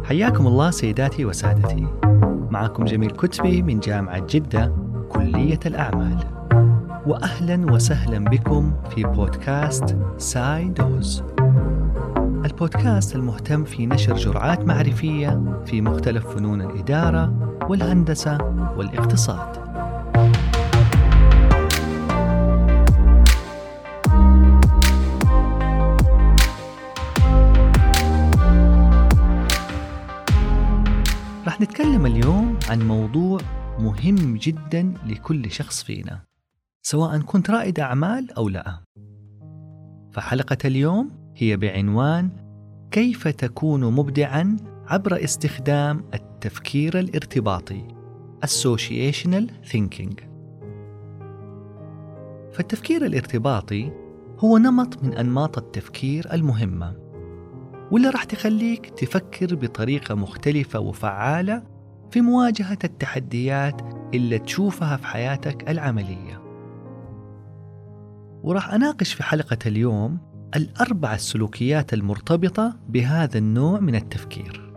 حياكم الله سيداتي وسادتي، معكم جميل كتبي من جامعة جدة كلية الأعمال، وأهلا وسهلا بكم في بودكاست سايدوز، البودكاست المهتم في نشر جرعات معرفية في مختلف فنون الإدارة والهندسة والاقتصاد. رح نتكلم اليوم عن موضوع مهم جدا لكل شخص فينا، سواء كنت رائد أعمال أو لا. فحلقة اليوم هي بعنوان كيف تكون مبدعا عبر استخدام التفكير الارتباطي Associational Thinking. فالتفكير الارتباطي هو نمط من أنماط التفكير المهمة، واللي راح تخليك تفكر بطريقة مختلفة وفعالة في مواجهة التحديات اللي تشوفها في حياتك العملية. وراح أناقش في حلقة اليوم 4 السلوكيات المرتبطة بهذا النوع من التفكير.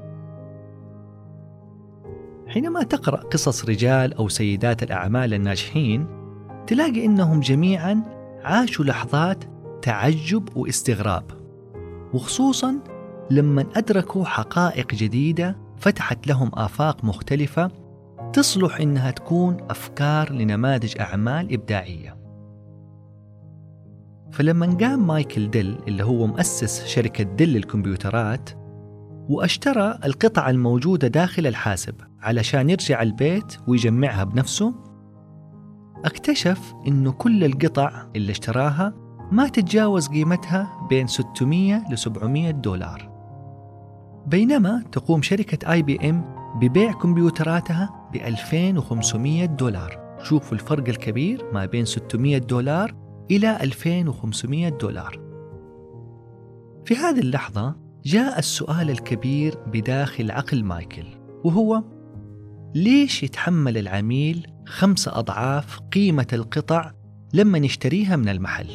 حينما تقرأ قصص رجال أو سيدات الأعمال الناجحين، تلاقي إنهم جميعاً عاشوا لحظات تعجب واستغراب، وخصوصاً لما أدركوا حقائق جديدة فتحت لهم آفاق مختلفة تصلح إنها تكون أفكار لنماذج أعمال إبداعية. فلما قام مايكل ديل اللي هو مؤسس شركة ديل للكمبيوترات واشترى القطع الموجودة داخل الحاسب علشان يرجع البيت ويجمعها بنفسه، اكتشف إنه كل القطع اللي اشتراها ما تتجاوز قيمتها بين 600 ل 700 دولار، بينما تقوم شركة IBM ببيع كمبيوتراتها ب 2500 دولار. شوفوا الفرق الكبير ما بين 600 دولار إلى 2500 دولار. في هذه اللحظة جاء السؤال الكبير بداخل عقل مايكل، وهو ليش يتحمل العميل 5 أضعاف قيمة القطع لما نشتريها من المحل؟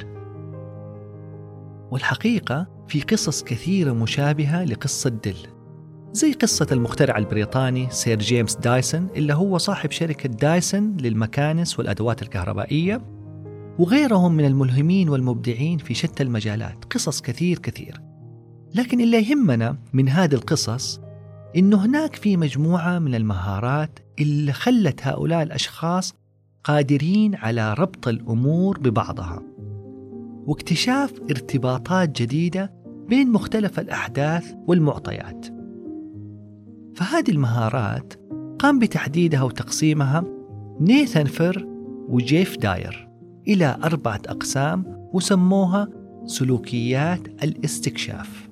والحقيقة في قصص كثيرة مشابهة لقصة ديل، زي قصة المخترع البريطاني سير جيمس دايسون اللي هو صاحب شركة دايسون للمكانس والأدوات الكهربائية، وغيرهم من الملهمين والمبدعين في شتى المجالات. قصص كثير. لكن اللي يهمنا من هذه القصص إنه هناك في مجموعة من المهارات اللي خلت هؤلاء الأشخاص قادرين على ربط الأمور ببعضها واكتشاف ارتباطات جديدة بين مختلف الأحداث والمعطيات. فهذه المهارات قام بتحديدها وتقسيمها نيثان فير وجيف داير إلى 4 أقسام، وسموها سلوكيات الاستكشاف.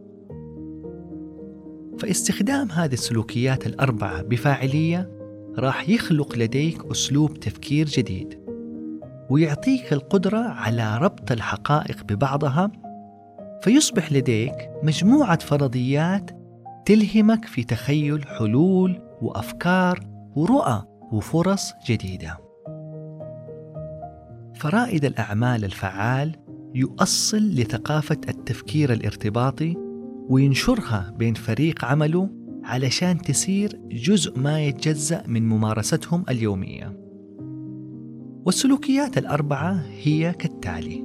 فاستخدام هذه السلوكيات 4 بفاعلية راح يخلق لديك أسلوب تفكير جديد، ويعطيك القدرة على ربط الحقائق ببعضها، فيصبح لديك مجموعة فرضيات تلهمك في تخيل حلول وأفكار ورؤى وفرص جديدة. فرائد الأعمال الفعال يؤصل لثقافة التفكير الارتباطي وينشرها بين فريق عمله علشان تسير جزء ما يتجزأ من ممارستهم اليومية. والسلوكيات 4 هي كالتالي.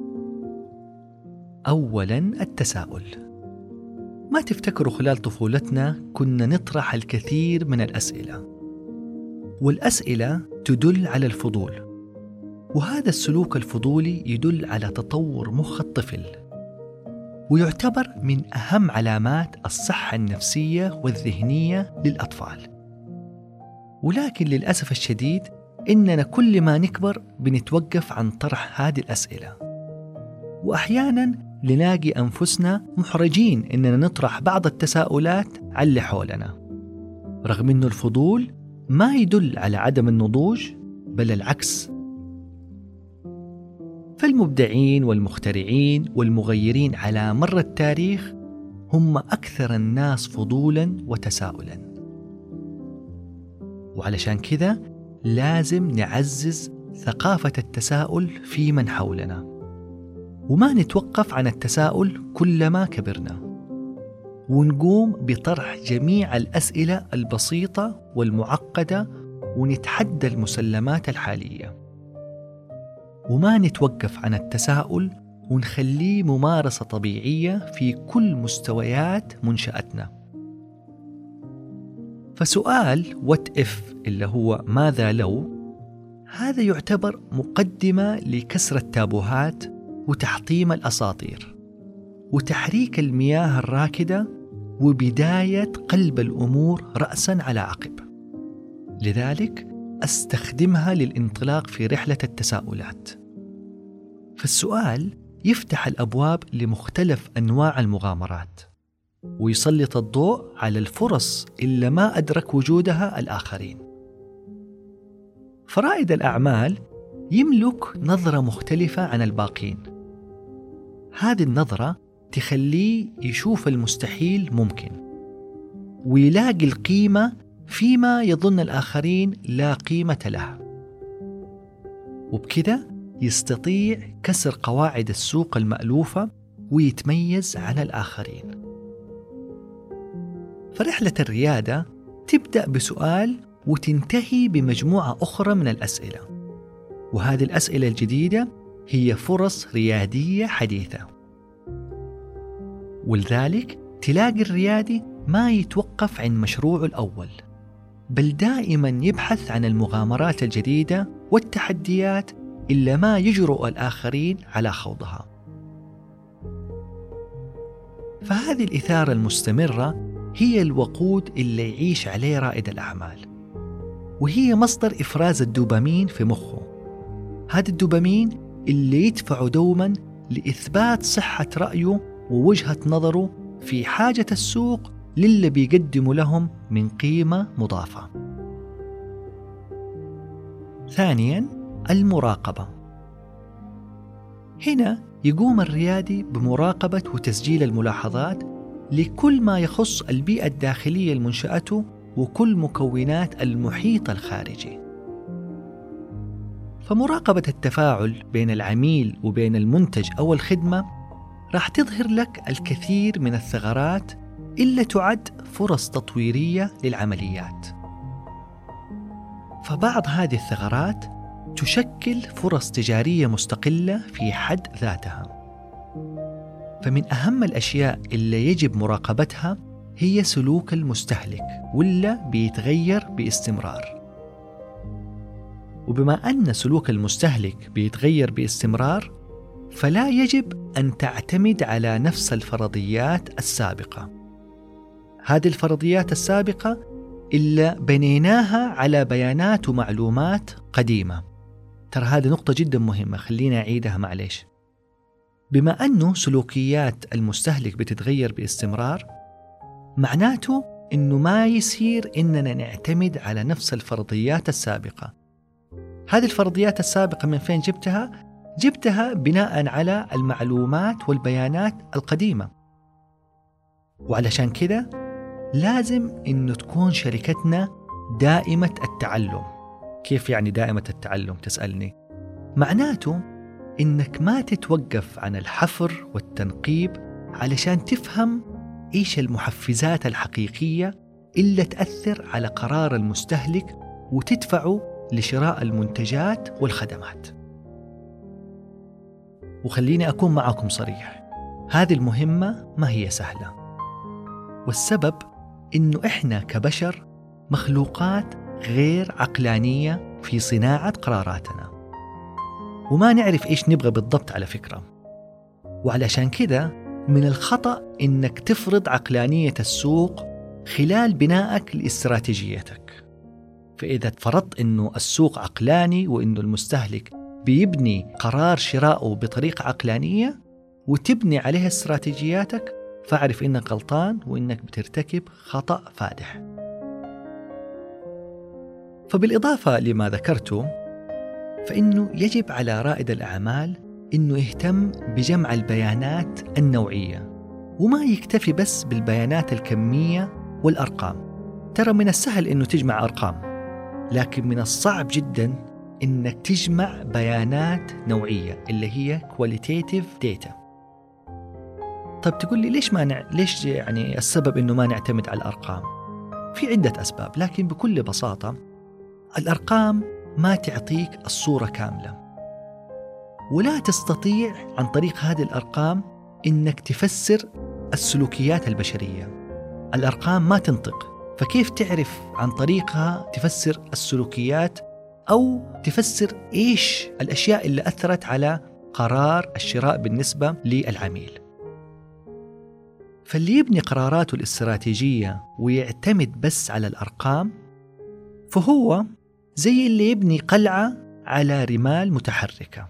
أولاً التساؤل. ما تفتكروا خلال طفولتنا كنا نطرح الكثير من الأسئلة، والأسئلة تدل على الفضول، وهذا السلوك الفضولي يدل على تطور مخ الطفل، ويعتبر من أهم علامات الصحة النفسية والذهنية للأطفال. ولكن للأسف الشديد إننا كل ما نكبر بنتوقف عن طرح هذه الأسئلة، وأحياناً نلاقي أنفسنا محرجين إننا نطرح بعض التساؤلات على اللي حولنا، رغم إنه الفضول ما يدل على عدم النضوج، بل العكس. فالمبدعين والمخترعين والمغيرين على مر التاريخ هم أكثر الناس فضولاً وتساؤلاً، وعلشان كذا لازم نعزز ثقافة التساؤل في من حولنا، وما نتوقف عن التساؤل كلما كبرنا. ونقوم بطرح جميع الأسئلة البسيطة والمعقدة ونتحدى المسلمات الحالية، وما نتوقف عن التساؤل ونخليه ممارسة طبيعية في كل مستويات منشأتنا. فسؤال what if اللي هو ماذا لو، هذا يعتبر مقدمة لكسر التابوهات وتحطيم الأساطير وتحريك المياه الراكدة وبداية قلب الأمور رأساً على عقب. لذلك أستخدمها للانطلاق في رحلة التساؤلات. فالسؤال يفتح الأبواب لمختلف أنواع المغامرات ويسلط الضوء على الفرص اللي ما أدرك وجودها الآخرين. فرائد الأعمال يملك نظرة مختلفة عن الباقين. هذه النظرة تخليه يشوف المستحيل ممكن ويلاقي القيمة فيما يظن الآخرين لا قيمة له، وبكذا يستطيع كسر قواعد السوق المألوفة ويتميز عن الآخرين. فرحلة الريادة تبدأ بسؤال وتنتهي بمجموعة أخرى من الأسئلة، وهذه الأسئلة الجديدة هي فرص ريادية حديثة. ولذلك تلاقي الريادي ما يتوقف عن مشروعه الأول، بل دائما يبحث عن المغامرات الجديدة والتحديات إلا ما يجرؤ الآخرين على خوضها. فهذه الإثارة المستمرة هي الوقود اللي يعيش عليه رائد الأعمال، وهي مصدر إفراز الدوبامين في مخه. هذا الدوبامين اللي يدفعه دوما لإثبات صحة رأيه ووجهة نظره في حاجة السوق للي بيقدموا لهم من قيمة مضافة. ثانيا، المراقبة. هنا يقوم الريادي بمراقبة وتسجيل الملاحظات لكل ما يخص البيئة الداخلية لمنشأته وكل مكونات المحيط الخارجي. فمراقبة التفاعل بين العميل وبين المنتج أو الخدمة راح تظهر لك الكثير من الثغرات اللي تعد فرص تطويرية للعمليات. فبعض هذه الثغرات تشكل فرص تجارية مستقلة في حد ذاتها. فمن أهم الأشياء اللي يجب مراقبتها هي سلوك المستهلك، واللي بيتغير باستمرار. وبما أن سلوك المستهلك بيتغير باستمرار، فلا يجب أن تعتمد على نفس الفرضيات السابقة. هذه الفرضيات السابقة إلا بنيناها على بيانات ومعلومات قديمة. ترى هذه نقطة جدا مهمة، خلينا أعيدها معليش. بما أنه سلوكيات المستهلك بتتغير باستمرار، معناته أنه ما يصير إننا نعتمد على نفس الفرضيات السابقة. هذه الفرضيات السابقة من فين جبتها؟ جبتها بناء على المعلومات والبيانات القديمة. وعلشان كده لازم إنه تكون شركتنا دائمة التعلم. كيف يعني دائمة التعلم تسألني؟ معناته إنك ما تتوقف عن الحفر والتنقيب علشان تفهم إيش المحفزات الحقيقية اللي تأثر على قرار المستهلك وتدفعه لشراء المنتجات والخدمات. وخليني أكون معكم صريح، هذه المهمة ما هي سهلة، والسبب إنه إحنا كبشر مخلوقات غير عقلانية في صناعة قراراتنا، وما نعرف إيش نبغى بالضبط على فكرة. وعلشان كده من الخطأ إنك تفرض عقلانية السوق خلال بنائك لاستراتيجيتك. فإذا فرضت إنه السوق عقلاني وإنه المستهلك بيبني قرار شرائه بطريقة عقلانية وتبني عليها استراتيجياتك، فاعرف إنك غلطان وإنك بترتكب خطأ فادح. فبالإضافة لما ذكرته، فإنه يجب على رائد الأعمال إنه يهتم بجمع البيانات النوعية، وما يكتفي بس بالبيانات الكمية والأرقام. ترى من السهل إنه تجمع أرقام، لكن من الصعب جدا إنك تجمع بيانات نوعية اللي هي qualitative data. طيب تقول لي ليش يعني السبب إنه ما نعتمد على الأرقام؟ في عدة أسباب، لكن بكل بساطة الأرقام ما تعطيك الصورة كاملة، ولا تستطيع عن طريق هذه الأرقام إنك تفسر السلوكيات البشرية. الأرقام ما تنطق، فكيف تعرف عن طريقها تفسر السلوكيات أو تفسر إيش الأشياء اللي أثرت على قرار الشراء بالنسبة للعميل؟ فاللي يبني قراراته الاستراتيجية ويعتمد بس على الأرقام فهو زي اللي يبني قلعة على رمال متحركة.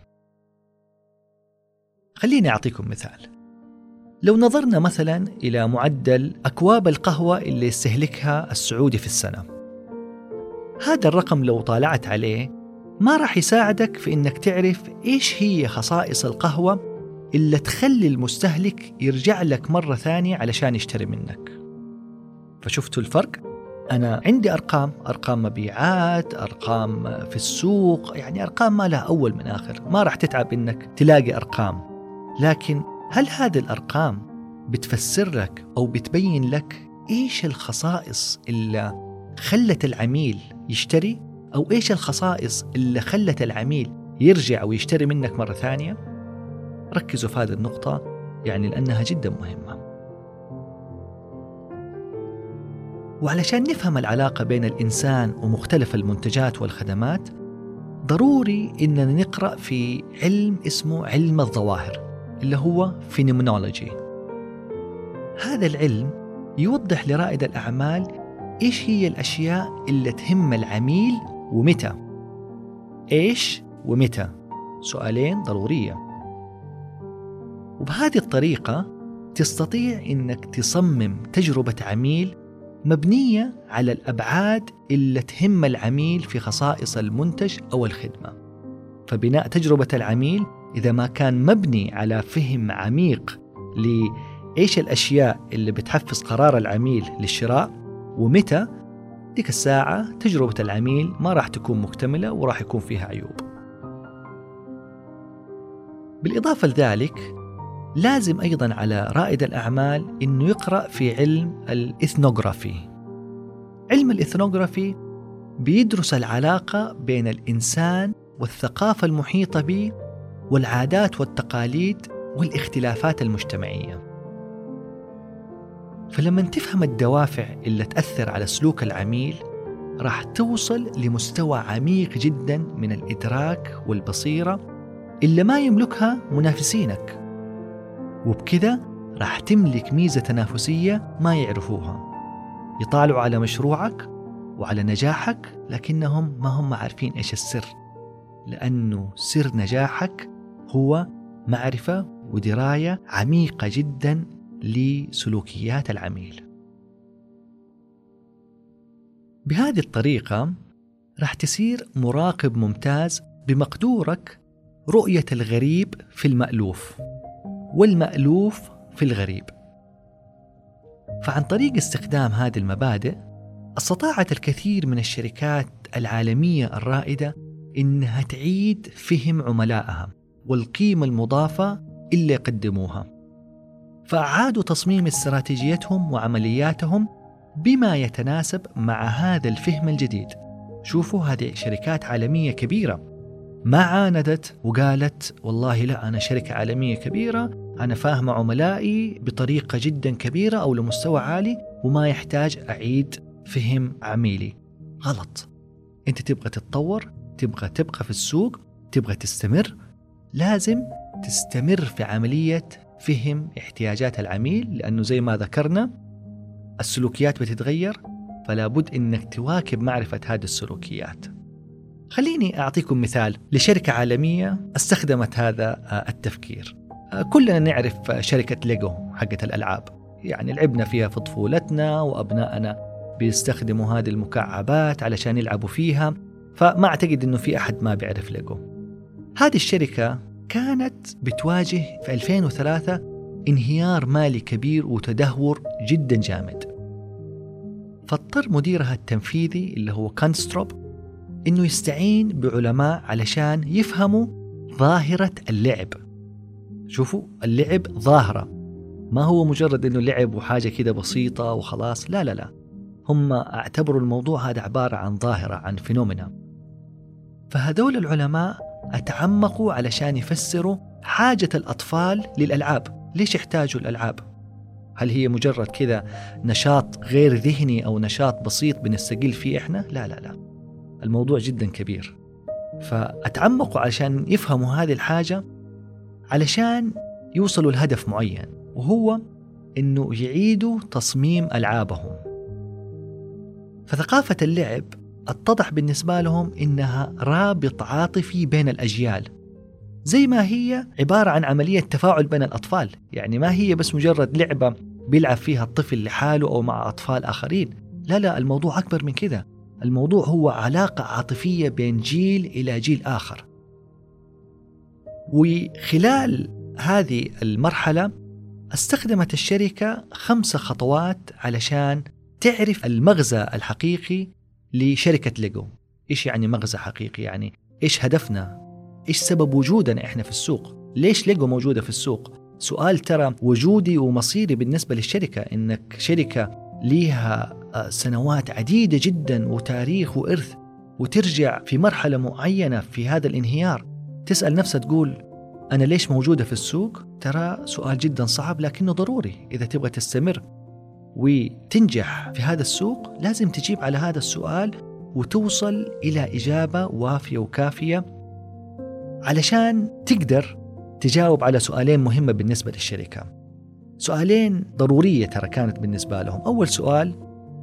خليني أعطيكم مثال. لو نظرنا مثلا إلى معدل أكواب القهوة اللي يستهلكها السعودي في السنة، هذا الرقم لو طالعت عليه ما راح يساعدك في إنك تعرف إيش هي خصائص القهوة اللي تخلي المستهلك يرجع لك مرة ثانية علشان يشتري منك. فشفتوا الفرق؟ أنا عندي أرقام مبيعات، أرقام في السوق، يعني أرقام ما لها أول من آخر، ما راح تتعب إنك تلاقي أرقام. لكن هل هذه الأرقام بتفسر لك أو بتبين لك إيش الخصائص اللي خلت العميل يشتري، أو إيش الخصائص اللي خلت العميل يرجع ويشتري منك مرة ثانية؟ ركزوا في هذه النقطة يعني لأنها جدا مهمة. وعلشان نفهم العلاقة بين الإنسان ومختلف المنتجات والخدمات ضروري إننا نقرأ في علم اسمه علم الظواهر اللي هو فينومينولوجي. هذا العلم يوضح لرائد الأعمال إيش هي الأشياء اللي تهم العميل ومتى. إيش ومتى سؤالين ضرورية، وبهذه الطريقة تستطيع إنك تصمم تجربة عميل مبنية على الأبعاد اللي تهم العميل في خصائص المنتج أو الخدمة. فبناء تجربة العميل إذا ما كان مبني على فهم عميق لإيش الأشياء اللي بتحفز قرار العميل للشراء ومتى، ديك الساعة تجربة العميل ما راح تكون مكتملة وراح يكون فيها عيوب. بالإضافة لذلك لازم أيضا على رائد الأعمال إنه يقرأ في علم الإثنوغرافي. علم الإثنوغرافي بيدرس العلاقة بين الإنسان والثقافة المحيطة به والعادات والتقاليد والاختلافات المجتمعية. فلما تفهم الدوافع اللي تأثر على سلوك العميل راح توصل لمستوى عميق جدا من الإدراك والبصيرة اللي ما يملكها منافسينك، وبكذا راح تملك ميزة تنافسية ما يعرفوها. يطالعوا على مشروعك وعلى نجاحك لكنهم ما هم عارفين إيش السر، لأنه سر نجاحك هو معرفة ودراية عميقة جدا لسلوكيات العميل. بهذه الطريقة راح تصير مراقب ممتاز بمقدورك رؤية الغريب في المألوف والمألوف في الغريب. فعن طريق استخدام هذه المبادئ استطاعت الكثير من الشركات العالمية الرائدة إنها تعيد فهم عملائها والقيمة المضافة اللي يقدموها، فأعادوا تصميم استراتيجيتهم وعملياتهم بما يتناسب مع هذا الفهم الجديد. شوفوا هذه شركات عالمية كبيرة ما عاندت وقالت والله لا أنا شركة عالمية كبيرة أنا فاهمة عملائي بطريقة جدا كبيرة أو لمستوى عالي وما يحتاج أعيد فهم عميلي. غلط. أنت تبغى تتطور، تبقى في السوق، تبغى تستمر، لازم تستمر في عملية فهم احتياجات العميل، لأنه زي ما ذكرنا السلوكيات بتتغير، فلا بد إنك تواكب معرفة هذه السلوكيات. خليني أعطيكم مثال لشركة عالمية استخدمت هذا التفكير. كلنا نعرف شركة ليجو حقت الألعاب، يعني لعبنا فيها في طفولتنا وأبنائنا بيستخدموا هذه المكعبات علشان يلعبوا فيها، فما أعتقد أنه في أحد ما بيعرف ليجو. هذه الشركة كانت بتواجه في 2003 انهيار مالي كبير وتدهور جدا جامد، فاضطر مديرها التنفيذي اللي هو كانستروب إنه يستعين بعلماء علشان يفهموا ظاهرة اللعب. شوفوا اللعب ظاهرة، ما هو مجرد إنه لعب وحاجة كده بسيطة وخلاص، لا لا لا، هم اعتبروا الموضوع هذا عبارة عن ظاهرة، عن فينومينا. فهذول العلماء اتعمقوا علشان يفسروا حاجة الأطفال للألعاب. ليش يحتاجوا الألعاب؟ هل هي مجرد كذا نشاط غير ذهني أو نشاط بسيط بنستقل فيه إحنا؟ لا لا لا، الموضوع جدا كبير. فأتعمقوا علشان يفهموا هذه الحاجة، علشان يوصلوا لهدف معين، وهو إنه يعيدوا تصميم ألعابهم. فثقافة اللعب اتضح بالنسبة لهم إنها رابط عاطفي بين الأجيال، زي ما هي عبارة عن عملية تفاعل بين الأطفال. يعني ما هي بس مجرد لعبة بيلعب فيها الطفل لحاله أو مع أطفال آخرين، لا لا، الموضوع أكبر من كده. الموضوع هو علاقة عاطفية بين جيل إلى جيل آخر. وخلال هذه المرحلة استخدمت الشركة 5 خطوات علشان تعرف المغزى الحقيقي لشركة ليجو. إيش يعني مغزى حقيقي؟ يعني إيش هدفنا؟ إيش سبب وجودنا إحنا في السوق؟ ليش ليجو موجودة في السوق؟ سؤال ترى وجودي ومصيري بالنسبة للشركة. إنك شركة ليها سنوات عديدة جدا وتاريخ وإرث، وترجع في مرحلة معينة في هذا الانهيار، تسأل نفسك تقول أنا ليش موجودة في السوق؟ ترى سؤال جدا صعب لكنه ضروري. إذا تبغى تستمر وتنجح في هذا السوق لازم تجيب على هذا السؤال وتوصل إلى إجابة وافية وكافية، علشان تقدر تجاوب على سؤالين مهمة بالنسبة للشركة. سؤالين ضرورية ترى كانت بالنسبة لهم. أول سؤال،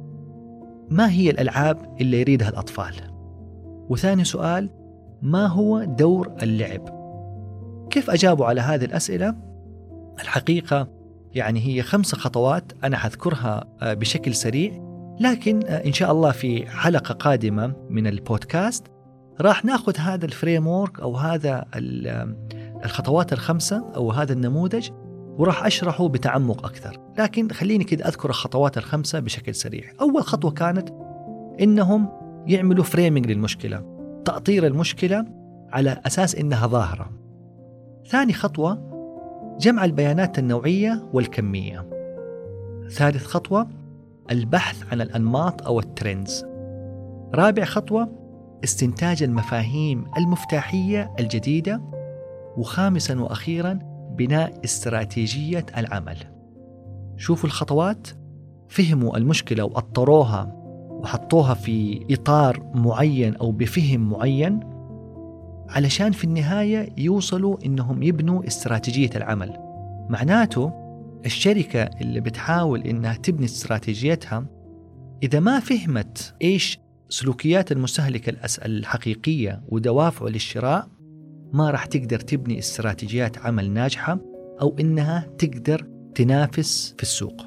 ما هي الألعاب اللي يريدها الأطفال؟ وثاني سؤال، ما هو دور اللعب؟ كيف أجابوا على هذه الأسئلة؟ الحقيقة يعني هي 5 خطوات أنا حذكرها بشكل سريع، لكن إن شاء الله في حلقة قادمة من البودكاست راح ناخذ هذا الفريمورك أو هذا الخطوات 5 أو هذا النموذج، وراح أشرحه بتعمق أكثر. لكن خليني كده أذكر الخطوات 5 بشكل سريع. أول خطوة كانت إنهم يعملوا فريمينج للمشكلة، تأطير المشكلة على أساس إنها ظاهرة. ثاني خطوة، جمع البيانات النوعية والكمية. ثالث خطوة، البحث عن الأنماط أو الترندز. رابع خطوة، استنتاج المفاهيم المفتاحية الجديدة. وخامسا وأخيرا، بناء استراتيجية العمل. شوفوا الخطوات، فهموا المشكلة وأطروها وحطوها في إطار معين أو بفهم معين، علشان في النهاية يوصلوا إنهم يبنوا استراتيجية العمل. معناته الشركة اللي بتحاول إنها تبني استراتيجيتها، إذا ما فهمت إيش سلوكيات المستهلك الحقيقية ودوافعه للشراء، ما راح تقدر تبني استراتيجيات عمل ناجحة أو إنها تقدر تنافس في السوق.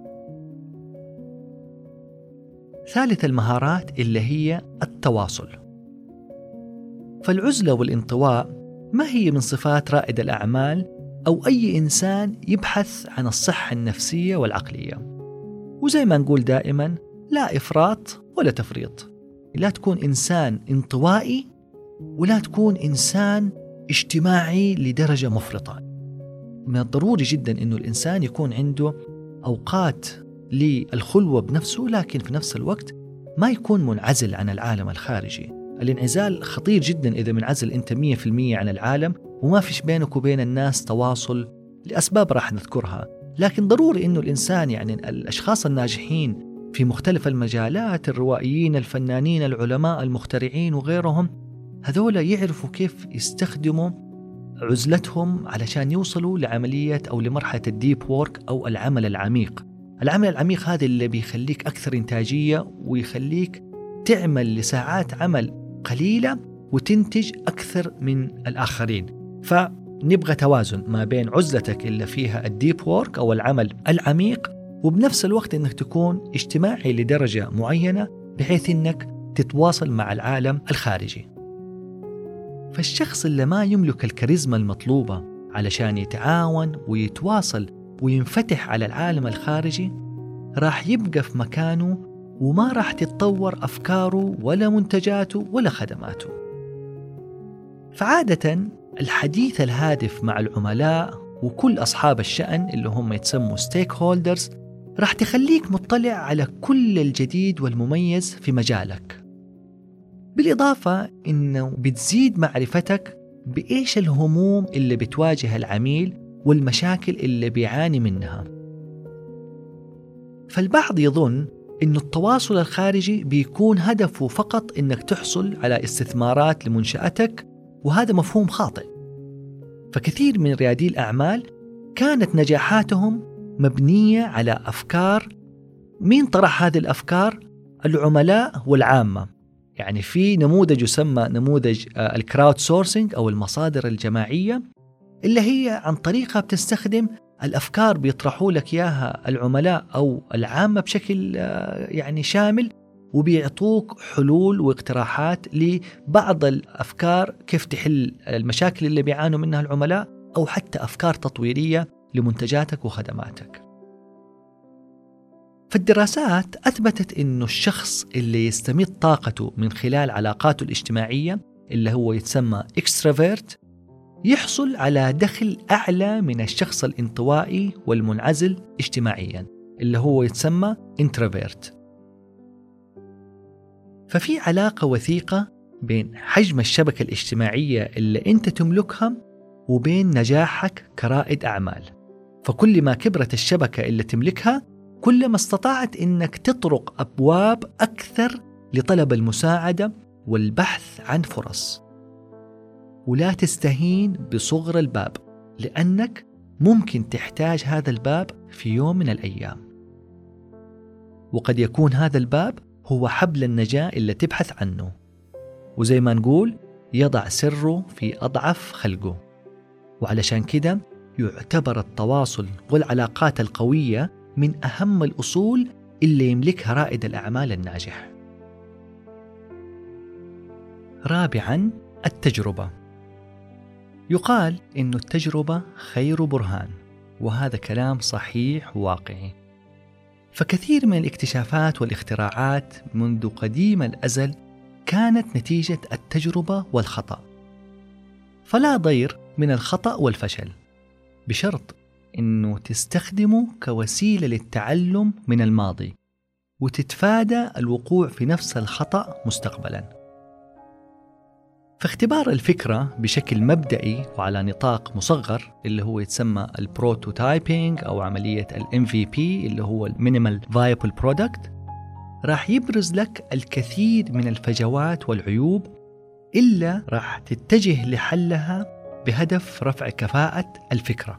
ثالث المهارات اللي هي التواصل. فالعزلة والانطواء ما هي من صفات رائد الأعمال أو أي إنسان يبحث عن الصحة النفسية والعقلية. وزي ما نقول دائما، لا إفراط ولا تفريط. لا تكون إنسان انطوائي ولا تكون إنسان اجتماعي لدرجة مفرطة. من الضروري جدا أنه الإنسان يكون عنده أوقات للخلوة بنفسه، لكن في نفس الوقت ما يكون منعزل عن العالم الخارجي. الانعزال خطير جدا إذا منعزل أنت 100% عن العالم وما فيش بينك وبين الناس تواصل لأسباب راح نذكرها. لكن ضروري أنه الإنسان، يعني الأشخاص الناجحين في مختلف المجالات، الروائيين، الفنانين، العلماء، المخترعين وغيرهم، هذولا يعرفوا كيف يستخدموا عزلتهم علشان يوصلوا لعملية أو لمرحلة الديب وورك أو العمل العميق. العمل العميق هذا اللي بيخليك أكثر إنتاجية ويخليك تعمل لساعات عمل قليلة وتنتج أكثر من الآخرين. فنبغى توازن ما بين عزلتك اللي فيها الديب وورك أو العمل العميق، وبنفس الوقت أنك تكون اجتماعي لدرجة معينة بحيث أنك تتواصل مع العالم الخارجي. فالشخص اللي ما يملك الكاريزما المطلوبة علشان يتعاون ويتواصل وينفتح على العالم الخارجي راح يبقى في مكانه وما راح تتطور أفكاره ولا منتجاته ولا خدماته. فعادة الحديث الهادف مع العملاء وكل أصحاب الشأن اللي هم يتسموا ستيك هولدرز راح تخليك مطلع على كل الجديد والمميز في مجالك. بالإضافة إنه بتزيد معرفتك بإيش الهموم اللي بتواجه العميل والمشاكل اللي بيعاني منها. فالبعض يظن إنه التواصل الخارجي بيكون هدفه فقط إنك تحصل على استثمارات لمنشأتك، وهذا مفهوم خاطئ. فكثير من ريادي الأعمال كانت نجاحاتهم مبنية على أفكار. مين طرح هذه الأفكار؟ العملاء والعامة. يعني في نموذج يسمى نموذج الكراود سورسينج أو المصادر الجماعية، اللي هي عن طريقها بتستخدم الأفكار بيطرحوا لك إياها العملاء أو العامة بشكل يعني شامل، وبيعطوك حلول واقتراحات لبعض الأفكار كيف تحل المشاكل اللي بيعانوا منها العملاء، أو حتى أفكار تطويرية لمنتجاتك وخدماتك. فالدراسات أثبتت إنه الشخص اللي يستمد طاقته من خلال علاقاته الاجتماعية اللي هو يتسمى إكسترافيرت يحصل على دخل أعلى من الشخص الانطوائي والمنعزل اجتماعيا اللي هو يتسمى انتروفيرت. ففي علاقة وثيقة بين حجم الشبكة الاجتماعية اللي أنت تملكها وبين نجاحك كرائد أعمال. فكل ما كبرت الشبكة اللي تملكها كل ما استطعت إنك تطرق أبواب أكثر لطلب المساعدة والبحث عن فرص. ولا تستهين بصغر الباب، لأنك ممكن تحتاج هذا الباب في يوم من الأيام، وقد يكون هذا الباب هو حبل النجاة اللي تبحث عنه. وزي ما نقول يضع سره في أضعف خلقه. وعلشان كده يعتبر التواصل والعلاقات القوية من أهم الأصول اللي يملكها رائد الأعمال الناجح. رابعاً، التجربة. يقال إنه التجربة خير برهان، وهذا كلام صحيح وواقعي. فكثير من الاكتشافات والاختراعات منذ قديم الأزل كانت نتيجة التجربة والخطأ. فلا ضير من الخطأ والفشل، بشرط إنه تستخدمه كوسيلة للتعلم من الماضي وتتفادى الوقوع في نفس الخطأ مستقبلاً. فاختبار الفكرة بشكل مبدئي وعلى نطاق مصغر اللي هو يتسمى البروتوتايبينج أو عملية MVP اللي هو Minimal Viable Product راح يبرز لك الكثير من الفجوات والعيوب إلا راح تتجه لحلها بهدف رفع كفاءة الفكرة.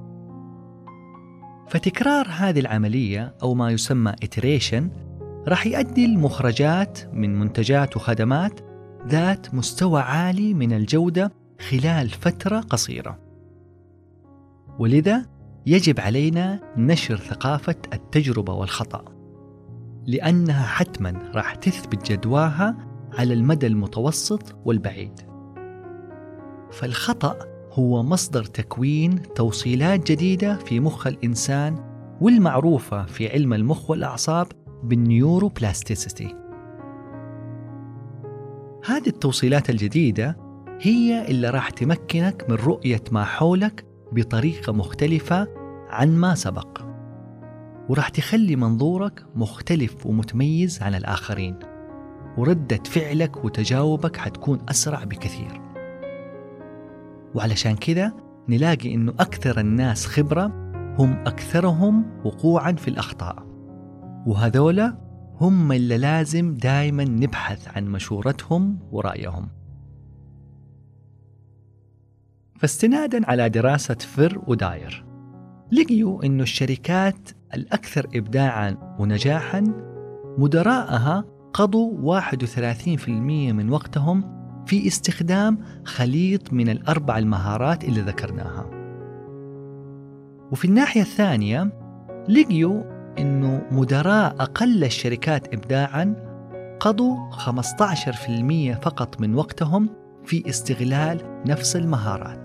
فتكرار هذه العملية أو ما يسمى Iteration راح يؤدي لمخرجات من منتجات وخدمات ذات مستوى عالي من الجودة خلال فترة قصيرة. ولذا يجب علينا نشر ثقافة التجربة والخطأ، لأنها حتماً راح تثبت جدواها على المدى المتوسط والبعيد. فالخطأ هو مصدر تكوين توصيلات جديدة في مخ الإنسان، والمعروفة في علم المخ والأعصاب بالنيوروبلاستيسيتي. هذه التوصيلات الجديدة هي اللي راح تمكنك من رؤية ما حولك بطريقة مختلفة عن ما سبق، وراح تخلي منظورك مختلف ومتميز عن الآخرين، وردة فعلك وتجاوبك حتكون أسرع بكثير. وعلشان كده نلاقي إنه أكثر الناس خبرة هم أكثرهم وقوعا في الأخطاء، وهذولا هم اللي لازم دائما نبحث عن مشورتهم ورأيهم. فاستنادا على دراسة فر وداير لقيوا إنه الشركات الأكثر إبداعا ونجاحا مدراءها قضوا 31% من وقتهم في استخدام خليط من الأربع المهارات اللي ذكرناها. وفي الناحية الثانية لقيوا إنه مدراء أقل الشركات إبداعاً قضوا 15% فقط من وقتهم في استغلال نفس المهارات.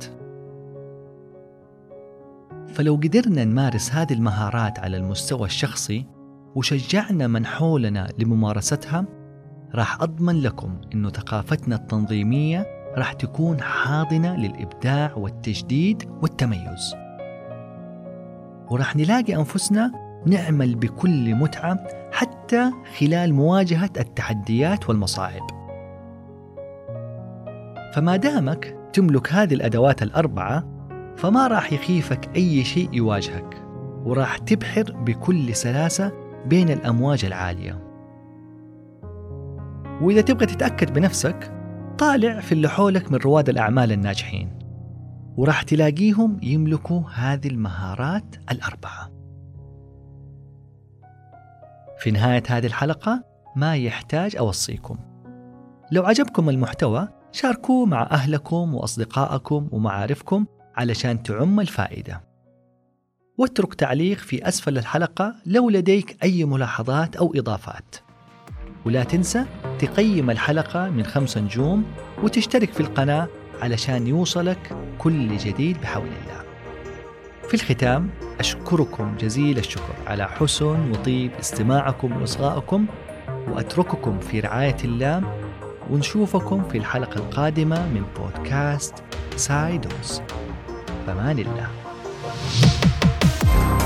فلو قدرنا نمارس هذه المهارات على المستوى الشخصي وشجعنا من حولنا لممارستها، راح أضمن لكم إنه ثقافتنا التنظيمية راح تكون حاضنة للإبداع والتجديد والتميز. وراح نلاقي أنفسنا نعمل بكل متعة حتى خلال مواجهة التحديات والمصاعب. فما دامك تملك هذه الأدوات الأربعة فما راح يخيفك أي شيء يواجهك، وراح تبحر بكل سلاسة بين الأمواج العالية. وإذا تبغى تتأكد بنفسك طالع في اللي حولك من رواد الأعمال الناجحين، وراح تلاقيهم يملكوا هذه المهارات الأربعة. في نهاية هذه الحلقة ما يحتاج أوصيكم، لو عجبكم المحتوى شاركوه مع أهلكم وأصدقائكم ومعارفكم علشان تعم الفائدة. واترك تعليق في أسفل الحلقة لو لديك أي ملاحظات أو إضافات. ولا تنسى تقيم الحلقة من 5 نجوم وتشترك في القناة علشان يوصلك كل جديد بحول الله. في الختام أشكركم جزيل الشكر على حسن وطيب استماعكم وإصغائكم، وأترككم في رعاية الله، ونشوفكم في الحلقة القادمة من بودكاست سايدوز. فمان الله.